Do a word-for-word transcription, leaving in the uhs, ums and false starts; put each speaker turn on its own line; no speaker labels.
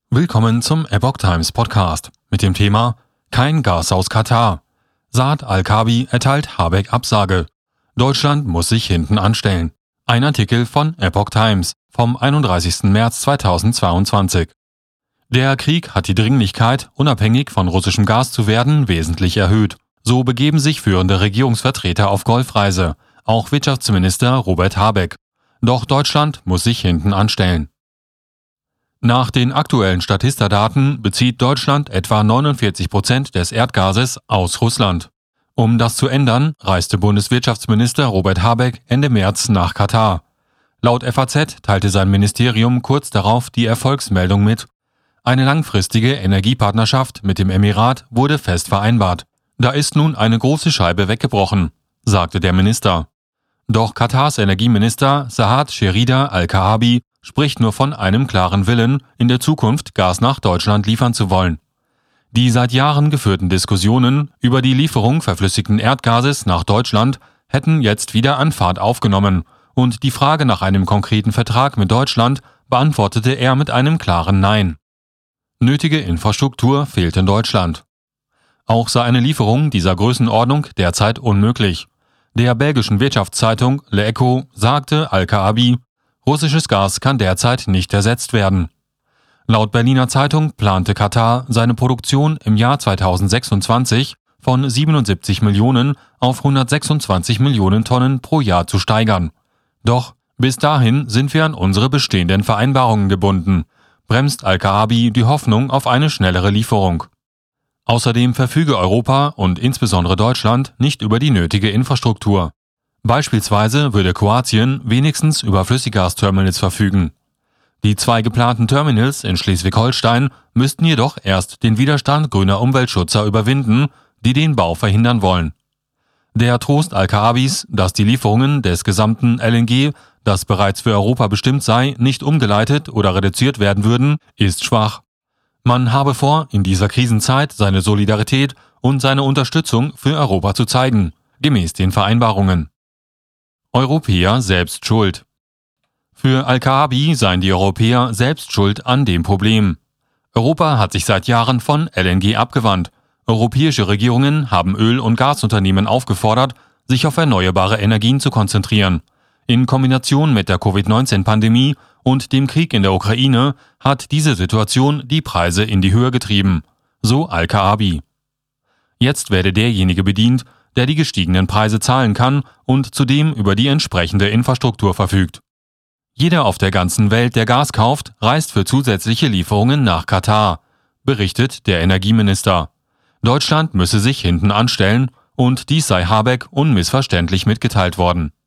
Willkommen zum Epoch Times Podcast mit dem Thema Kein Gas aus Katar. Saad Al-Kaabi erteilt Habeck Absage. Deutschland muss sich hinten anstellen. Ein Artikel von Epoch Times vom einunddreißigsten März zweitausendzweiundzwanzig. Der Krieg hat die Dringlichkeit, unabhängig von russischem Gas zu werden, wesentlich erhöht. So begeben sich führende Regierungsvertreter auf Golfreise, auch Wirtschaftsminister Robert Habeck. Doch Deutschland muss sich hinten anstellen. Nach den aktuellen Statista-Daten bezieht Deutschland etwa neunundvierzig Prozent des Erdgases aus Russland. Um das zu ändern, reiste Bundeswirtschaftsminister Robert Habeck Ende März nach Katar. Laut F A Z teilte sein Ministerium kurz darauf die Erfolgsmeldung mit. Eine langfristige Energiepartnerschaft mit dem Emirat wurde fest vereinbart. Da ist nun eine große Scheibe weggebrochen, sagte der Minister. Doch Katars Energieminister Saad Sherida Al-Kaabi spricht nur von einem klaren Willen, in der Zukunft Gas nach Deutschland liefern zu wollen. Die seit Jahren geführten Diskussionen über die Lieferung verflüssigten Erdgases nach Deutschland hätten jetzt wieder an Fahrt aufgenommen und die Frage nach einem konkreten Vertrag mit Deutschland beantwortete er mit einem klaren Nein. Nötige Infrastruktur fehlt in Deutschland. Auch sei eine Lieferung dieser Größenordnung derzeit unmöglich. Der belgischen Wirtschaftszeitung L'Echo sagte Al-Kaabi, russisches Gas kann derzeit nicht ersetzt werden. Laut Berliner Zeitung plante Katar, seine Produktion im Jahr zweitausendsechsundzwanzig von siebenundsiebzig Millionen auf hundertsechsundzwanzig Millionen Tonnen pro Jahr zu steigern. Doch bis dahin sind wir an unsere bestehenden Vereinbarungen gebunden, bremst Al-Kaabi die Hoffnung auf eine schnellere Lieferung. Außerdem verfüge Europa und insbesondere Deutschland nicht über die nötige Infrastruktur. Beispielsweise würde Kroatien wenigstens über Flüssiggasterminals verfügen. Die zwei geplanten Terminals in Schleswig-Holstein müssten jedoch erst den Widerstand grüner Umweltschützer überwinden, die den Bau verhindern wollen. Der Trost Al-Kaabis, dass die Lieferungen des gesamten L N G, das bereits für Europa bestimmt sei, nicht umgeleitet oder reduziert werden würden, ist schwach. Man habe vor, in dieser Krisenzeit seine Solidarität und seine Unterstützung für Europa zu zeigen, gemäß den Vereinbarungen. Europäer selbst schuld. Für Al-Kaabi seien die Europäer selbst schuld an dem Problem. Europa hat sich seit Jahren von L N G abgewandt. Europäische Regierungen haben Öl- und Gasunternehmen aufgefordert, sich auf erneuerbare Energien zu konzentrieren. In Kombination mit der Covid neunzehn Pandemie und dem Krieg in der Ukraine hat diese Situation die Preise in die Höhe getrieben, so Al-Kaabi. Jetzt werde derjenige bedient, der die gestiegenen Preise zahlen kann und zudem über die entsprechende Infrastruktur verfügt. Jeder auf der ganzen Welt, der Gas kauft, reist für zusätzliche Lieferungen nach Katar, berichtet der Energieminister. Deutschland müsse sich hinten anstellen und dies sei Habeck unmissverständlich mitgeteilt worden.